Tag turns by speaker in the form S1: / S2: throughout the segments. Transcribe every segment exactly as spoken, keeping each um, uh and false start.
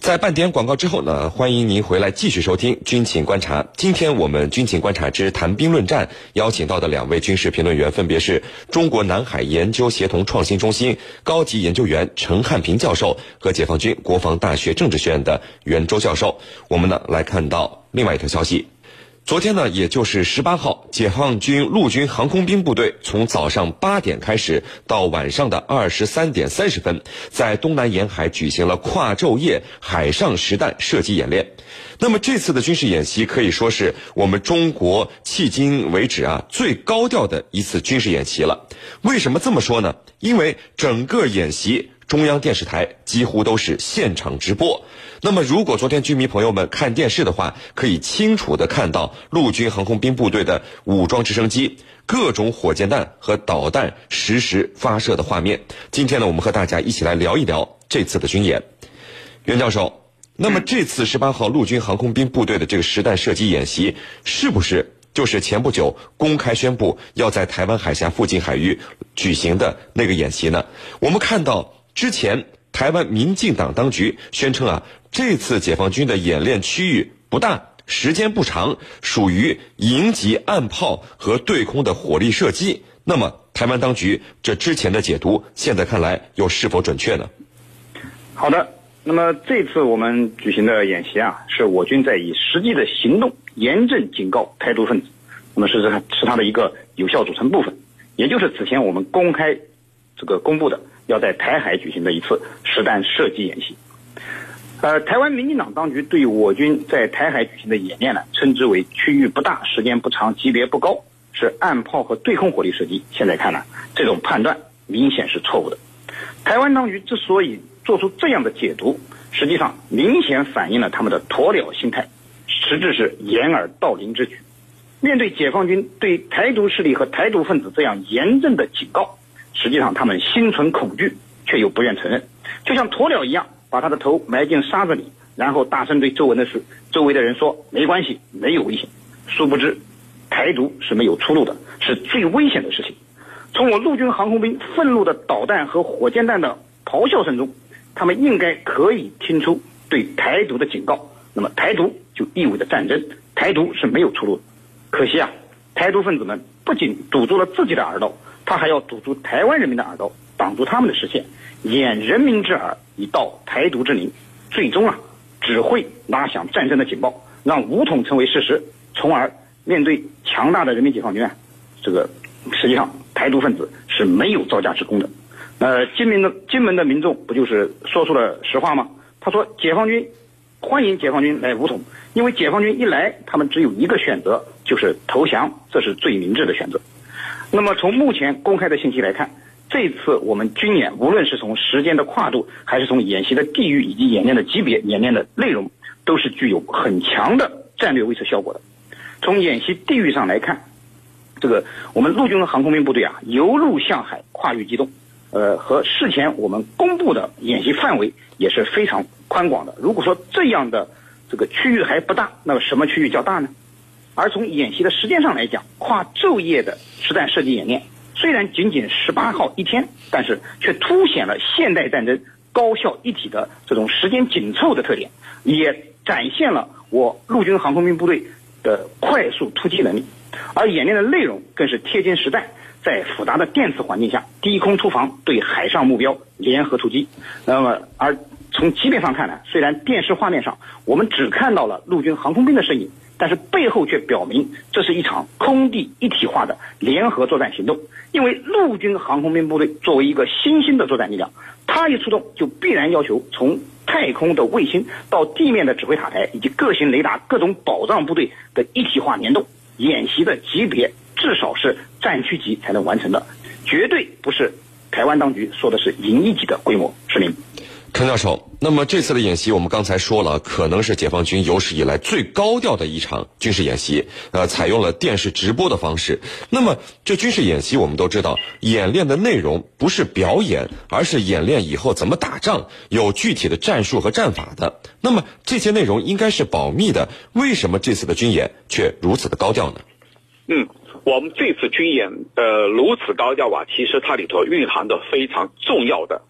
S1: 在半点广告之后呢，欢迎您回来继续收听军情观察。今天我们军情观察之谈兵论战邀请到的两位军事评论员分别是中国南海研究协同创新中心高级研究员陈汉平教授和解放军国防大学政治学院的袁周教授。我们呢来看到另外一条消息。昨天呢，也就是十八号，解放军陆军航空兵部队从早上八点开始到晚上的二十三点三十分，在东南沿海举行了跨昼夜海上实弹射击演练。那么这次的军事演习可以说是我们中国迄今为止啊最高调的一次军事演习了。为什么这么说呢？因为整个演习中央电视台几乎都是现场直播。那么如果昨天军迷朋友们看电视的话，可以清楚地看到陆军航空兵部队的武装直升机、各种火箭弹和导弹实时发射的画面。今天呢，我们和大家一起来聊一聊这次的军演。袁教授，那么这次十八号陆军航空兵部队的这个实弹射击演习，是不是就是前不久公开宣布要在台湾海峡附近海域举行的那个演习呢？我们看到之前台湾民进党当局宣称啊，这次解放军的演练区域不大，时间不长，属于营级岸炮和对空的火力射击。那么台湾当局这之前的解读，现在看来又是否准确呢？
S2: 好的，那么这次我们举行的演习啊，是我军在以实际的行动严正警告台独分子，那么是是它的一个有效组成部分，也就是此前我们公开这个公布的要在台海举行的一次实弹射击演习。呃，台湾民进党当局对我军在台海举行的演练呢，称之为区域不大、时间不长、级别不高，是岸炮和对空火力射击。现在看呢，这种判断明显是错误的。台湾当局之所以做出这样的解读，实际上明显反映了他们的鸵鸟心态，实质是掩耳盗铃之举。面对解放军对台独势力和台独分子这样严正的警告，实际上他们心存恐惧，却又不愿承认，就像鸵鸟一样，把他的头埋进沙子里，然后大声对周围的事周围的人说没关系，没有危险。殊不知台独是没有出路的，是最危险的事情。从我陆军航空兵愤怒的导弹和火箭弹的咆哮声中，他们应该可以听出对台独的警告。那么台独就意味着战争，台独是没有出路的。可惜啊，台独分子们不仅堵住了自己的耳朵，他还要堵住台湾人民的耳朵，挡住他们的视线，掩人民之耳，以盗台独之名，最终啊，只会拉响战争的警报，让武统成为事实，从而面对强大的人民解放军啊，这个实际上台独分子是没有招架之功的。呃，金门的金门的民众不就是说出了实话吗？他说解放军欢迎解放军来武统，因为解放军一来，他们只有一个选择，就是投降，这是最明智的选择。那么从目前公开的信息来看，这次我们军演无论是从时间的跨度，还是从演习的地域以及演练的级别、演练的内容，都是具有很强的战略威慑效果的。从演习地域上来看，这个我们陆军航空兵部队啊，由陆向海跨域机动，呃，和事前我们公布的演习范围也是非常宽广的。如果说这样的这个区域还不大，那么什么区域较大呢？而从演习的时间上来讲，跨昼夜的实弹射击演练，虽然仅仅十八号一天，但是却凸显了现代战争高效一体的这种时间紧凑的特点，也展现了我陆军航空兵部队的快速突击能力。而演练的内容更是贴近实战，在复杂的电磁环境下，低空突防，对海上目标联合突击。那么而从级别上看呢，虽然电视画面上我们只看到了陆军航空兵的身影，但是背后却表明这是一场空地一体化的联合作战行动。因为陆军航空兵部队作为一个新兴的作战力量，它一出动就必然要求从太空的卫星到地面的指挥塔台以及各型雷达、各种保障部队的一体化联动。演习的级别至少是战区级才能完成的，绝对不是台湾当局说的是营一级的规模。是您
S1: 陈教授，那么这次的演习我们刚才说了，可能是解放军有史以来最高调的一场军事演习，呃，采用了电视直播的方式。那么这军事演习我们都知道，演练的内容不是表演，而是演练以后怎么打仗，有具体的战术和战法的。那么这些内容应该是保密的，为什么这次的军演却如此的高调呢？
S3: 嗯，我们这次军演呃如此高调啊，其实它里头蕴含的非常重要的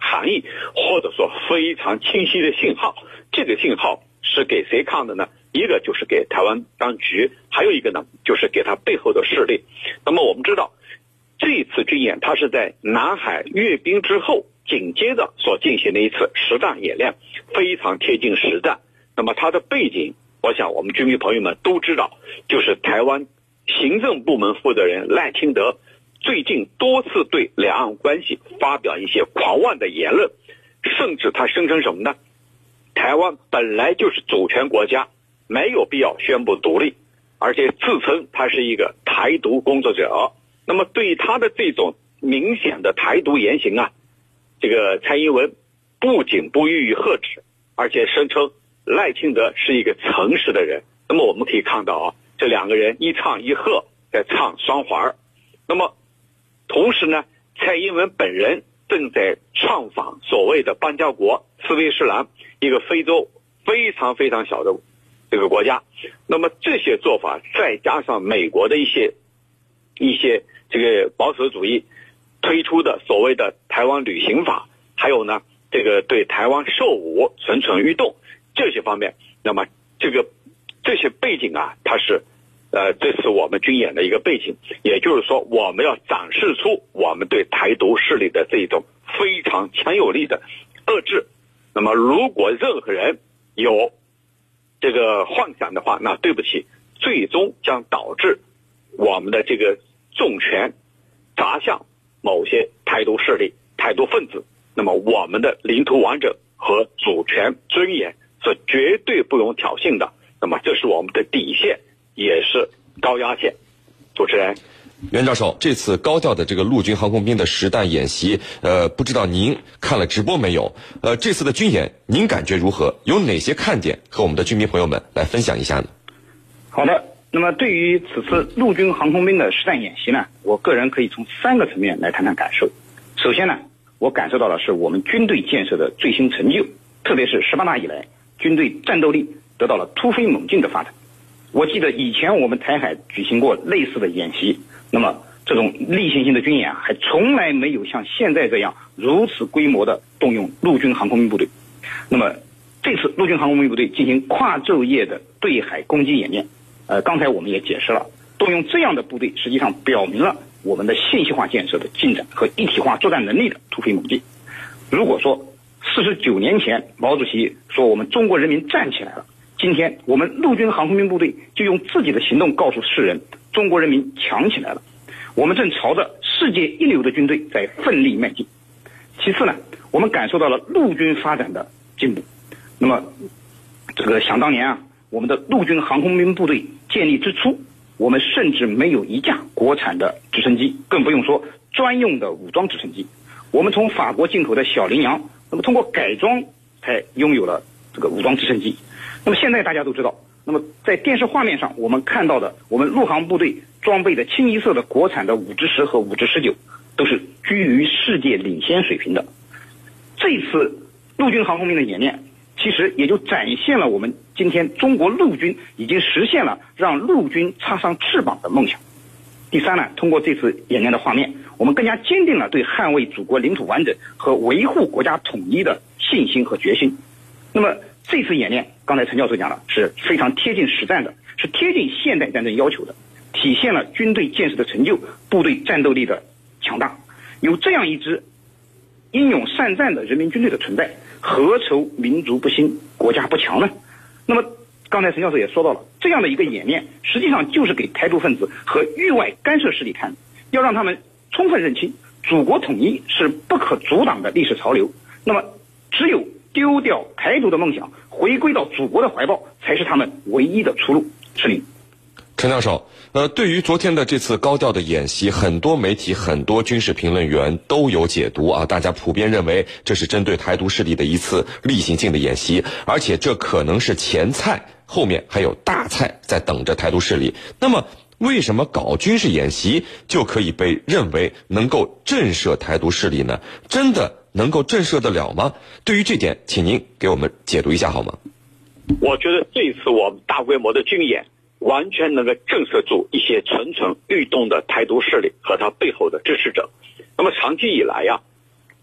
S3: 含义，或者说非常清晰的信号。这个信号是给谁看的呢？一个就是给台湾当局，还有一个呢就是给他背后的势力。那么我们知道，这次军演它是在南海阅兵之后紧接着所进行的一次实战演练，非常贴近实战。那么它的背景，我想我们军迷朋友们都知道，就是台湾行政部门负责人赖清德最近多次对两岸关系发表一些狂妄的言论，甚至他声称什么呢？台湾本来就是主权国家，没有必要宣布独立，而且自称他是一个台独工作者。那么对于他的这种明显的台独言行啊，这个蔡英文不仅不予以呵止，而且声称赖清德是一个诚实的人。那么我们可以看到啊，这两个人一唱一和，在唱双簧。那么同时呢，蔡英文本人正在创访所谓的邦交国斯威士兰，一个非洲非常非常小的这个国家。那么这些做法，再加上美国的一些一些这个保守主义推出的所谓的台湾旅行法，还有呢这个对台湾售武蠢蠢欲动这些方面，那么这个这些背景啊，它是呃，这是我们军演的一个背景，也就是说，我们要展示出我们对台独势力的这种非常强有力的遏制。那么，如果任何人有这个幻想的话，那对不起，最终将导致我们的这个重拳砸向某些台独势力、台独分子。那么，我们的领土完整和主权尊严是绝对不容挑衅的。那么，这是我们的底线，也是高压线。主持人，
S1: 袁教授，这次高调的这个陆军航空兵的实弹演习，呃，不知道您看了直播没有？呃，这次的军演您感觉如何？有哪些看点和我们的军迷朋友们来分享一下呢？
S2: 好的，那么对于此次陆军航空兵的实弹演习呢，我个人可以从三个层面来谈谈感受。首先呢，我感受到的是我们军队建设的最新成就，特别是十八大以来，军队战斗力得到了突飞猛进的发展。我记得以前我们台海举行过类似的演习，那么这种例行性的军演啊，还从来没有像现在这样如此规模的动用陆军航空兵部队。那么这次陆军航空兵部队进行跨昼夜的对海攻击演练，呃，刚才我们也解释了，动用这样的部队，实际上表明了我们的信息化建设的进展和一体化作战能力的突飞猛进。如果说四十九年前毛主席说我们中国人民站起来了，今天我们陆军航空兵部队就用自己的行动告诉世人，中国人民强起来了，我们正朝着世界一流的军队在奋力迈进。其次呢，我们感受到了陆军发展的进步。那么这个想当年啊，我们的陆军航空兵部队建立之初，我们甚至没有一架国产的直升机，更不用说专用的武装直升机。我们从法国进口的小羚羊，那么通过改装才拥有了这个武装直升机。那么现在大家都知道，那么在电视画面上我们看到的我们陆航部队装备的清一色的国产的武直十和武直十九，都是居于世界领先水平的。这次陆军航空兵的演练，其实也就展现了我们今天中国陆军已经实现了让陆军插上翅膀的梦想。第三呢，通过这次演练的画面，我们更加坚定了对捍卫祖国领土完整和维护国家统一的信心和决心。那么这次演练，刚才陈教授讲了，是非常贴近实战的，是贴近现代战争要求的，体现了军队建设的成就，部队战斗力的强大。有这样一支英勇善战的人民军队的存在，何愁民族不兴，国家不强呢？那么刚才陈教授也说到了，这样的一个演练，实际上就是给台独分子和域外干涉势力看的，要让他们充分认清祖国统一是不可阻挡的历史潮流。那么只有丢掉台独的梦想，回归到祖国的怀抱，才是他们唯一的出路。是您，
S1: 陈教授，呃，对于昨天的这次高调的演习，很多媒体、很多军事评论员都有解读啊，大家普遍认为这是针对台独势力的一次例行性的演习，而且这可能是前菜，后面还有大菜在等着台独势力。那么为什么搞军事演习就可以被认为能够震慑台独势力呢？真的能够震慑得了吗？对于这点，请您给我们解读一下好吗？
S3: 我觉得这次我们大规模的军演完全能够震慑住一些蠢蠢欲动的台独势力和他背后的支持者。那么长期以来呀、啊，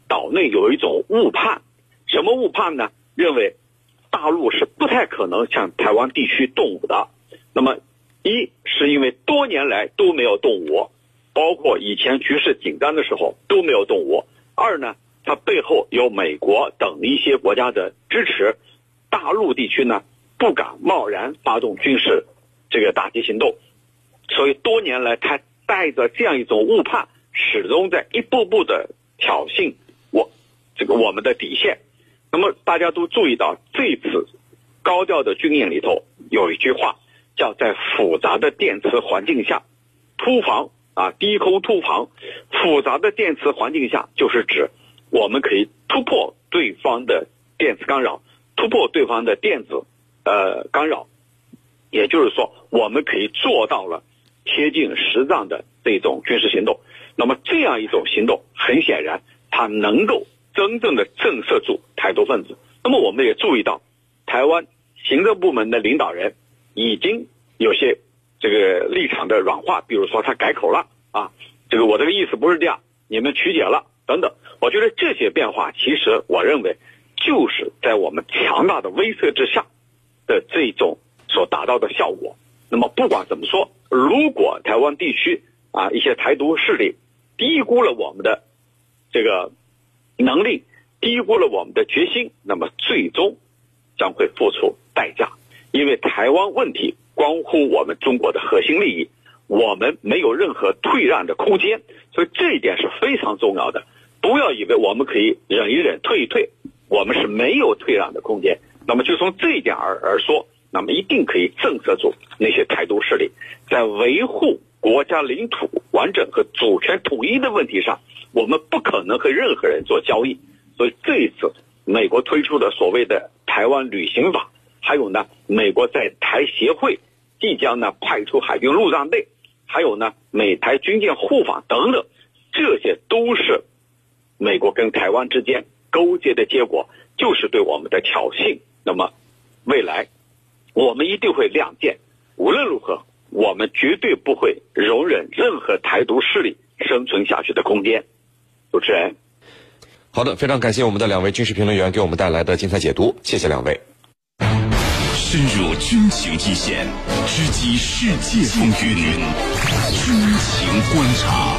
S3: 岛内有一种误判，什么误判呢？认为大陆是不太可能向台湾地区动武的。那么一是因为多年来都没有动武，包括以前局势紧张的时候都没有动武。二呢，它背后有美国等一些国家的支持，大陆地区呢不敢贸然发动军事这个打击行动，所以多年来它带着这样一种误判，始终在一步步的挑衅我这个我们的底线。那么大家都注意到，这次高调的军演里头有一句话叫在复杂的电磁环境下突防啊，低空突防。复杂的电磁环境下就是指我们可以突破对方的电磁干扰，突破对方的电子呃干扰，也就是说我们可以做到了贴近实战的这种军事行动。那么这样一种行动很显然它能够真正的震慑住台独分子。那么我们也注意到台湾行政部门的领导人已经有些这个立场的软化，比如说他改口了啊，这个我这个意思不是这样，你们曲解了等等。我觉得这些变化其实我认为就是在我们强大的威慑之下的这种所达到的效果。那么不管怎么说，如果台湾地区啊一些台独势力低估了我们的这个能力，低估了我们的决心，那么最终将会付出代价。因为台湾问题关乎我们中国的核心利益，我们没有任何退让的空间，所以这一点是非常重要的。不要以为我们可以忍一忍退一退，我们是没有退让的空间。那么就从这一点而而说，那么一定可以震慑住那些台独势力。在维护国家领土完整和主权统一的问题上，我们不可能和任何人做交易。所以这一次美国推出的所谓的台湾旅行法，还有呢美国在台协会即将呢派出海军陆战队，还有呢美台军舰互访等等，这些都是美国跟台湾之间勾结的结果，就是对我们的挑衅。那么未来我们一定会亮剑，无论如何我们绝对不会容忍任何台独势力生存下去的空间。主持人。
S1: 好的，非常感谢我们的两位军事评论员给我们带来的精彩解读，谢谢两位。
S4: 深入军情一线，直击世界风云，军情观察。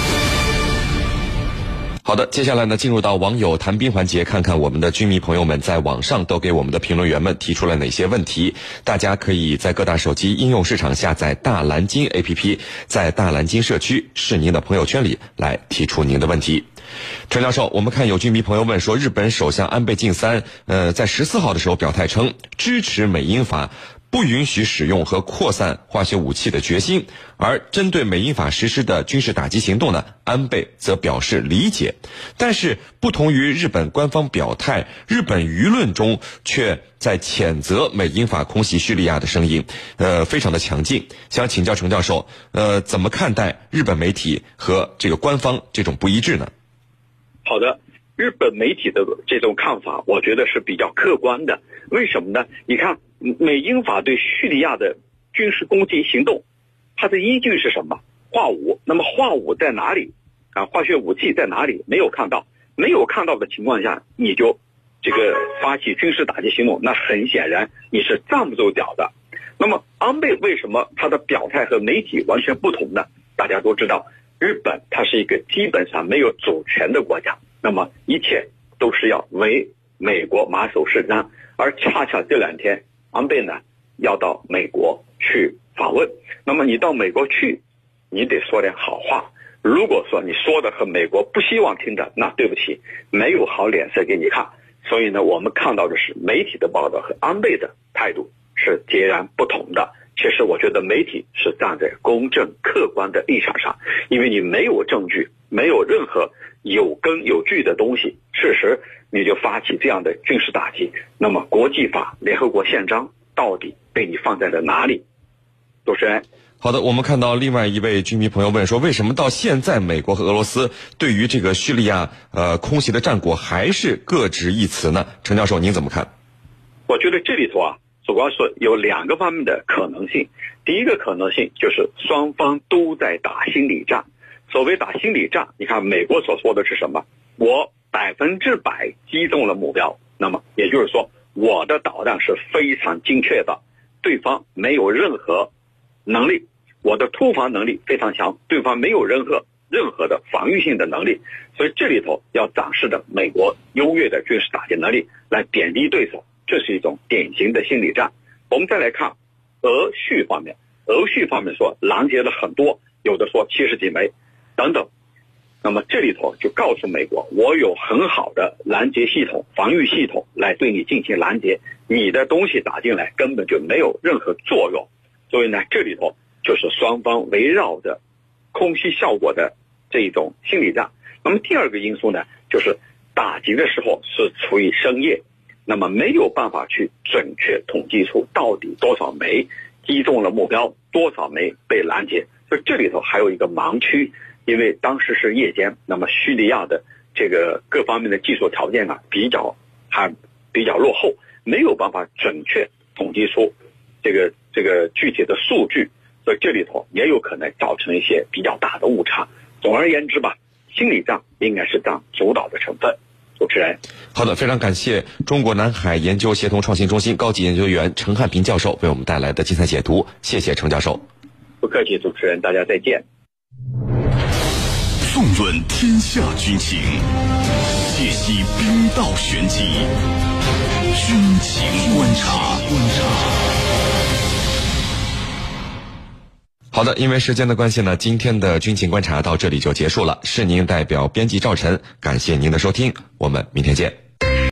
S1: 好的，接下来呢，进入到网友谈兵环节，看看我们的军迷朋友们在网上都给我们的评论员们提出了哪些问题。大家可以在各大手机应用市场下载大蓝鲸 A P P， 在大蓝鲸社区是您的朋友圈里来提出您的问题。陈教授，我们看有军迷朋友问说，日本首相安倍晋三呃，在十四号的时候表态称支持美英法不允许使用和扩散化学武器的决心，而针对美英法实施的军事打击行动呢，安倍则表示理解。但是不同于日本官方表态，日本舆论中却在谴责美英法空袭叙利亚的声音呃，非常的强劲。想请教陈教授，呃，怎么看待日本媒体和这个官方这种不一致呢？
S3: 好的，日本媒体的这种看法我觉得是比较客观的。为什么呢？你看美英法对叙利亚的军事攻击行动，它的依据是什么？化武。那么化武在哪里啊？化学武器在哪里？没有看到。没有看到的情况下，你就这个发起军事打击行动，那很显然你是站不住脚的。那么安倍为什么他的表态和媒体完全不同呢？大家都知道日本它是一个基本上没有主权的国家，那么一切都是要为美国马首是瞻。而恰恰这两天安倍呢要到美国去访问，那么你到美国去，你得说点好话。如果说你说的和美国不希望听的，那对不起，没有好脸色给你看。所以呢，我们看到的是媒体的报道和安倍的态度是截然不同的。其实我觉得媒体是站在公正客观的立场上，因为你没有证据，没有任何有根有据的东西，事实你就发起这样的军事打击，那么国际法、联合国宪章到底被你放在了哪里？主持人。
S1: 好的，我们看到另外一位军迷朋友问说，为什么到现在美国和俄罗斯对于这个叙利亚呃空袭的战果还是各执一词呢？陈教授您怎么看？
S3: 我觉得这里头啊主要是有两个方面的可能性。第一个可能性就是双方都在打心理战。所谓打心理战，你看美国所说的是什么？我百分之百击中了目标，那么也就是说我的导弹是非常精确的，对方没有任何能力，我的突防能力非常强，对方没有任何任何的防御性的能力，所以这里头要展示的美国优越的军事打击能力来贬低对手，这是一种典型的心理战。我们再来看俄叙方面，俄叙方面说拦截了很多，有的说七十几枚等等，那么这里头就告诉美国，我有很好的拦截系统、防御系统来对你进行拦截，你的东西打进来根本就没有任何作用。所以呢，这里头就是双方围绕着空袭效果的这一种心理战。那么第二个因素呢，就是打击的时候是处于深夜，那么没有办法去准确统计出到底多少枚击中了目标，多少枚被拦截，所以这里头还有一个盲区，因为当时是夜间，那么叙利亚的这个各方面的技术条件啊比较还比较落后，没有办法准确统计出这个这个具体的数据，所以这里头也有可能造成一些比较大的误差。总而言之吧，心理战应该是占主导的成分。主持人，
S1: 好的，非常感谢中国南海研究协同创新中心高级研究员陈汉平教授为我们带来的精彩解读，谢谢陈教授。
S3: 不客气，主持人，大家再见。
S4: 纵论天下军情，解析兵道玄机，军情观察。
S1: 好的，因为时间的关系呢，今天的军情观察到这里就结束了。是您代表编辑赵晨，感谢您的收听，我们明天见。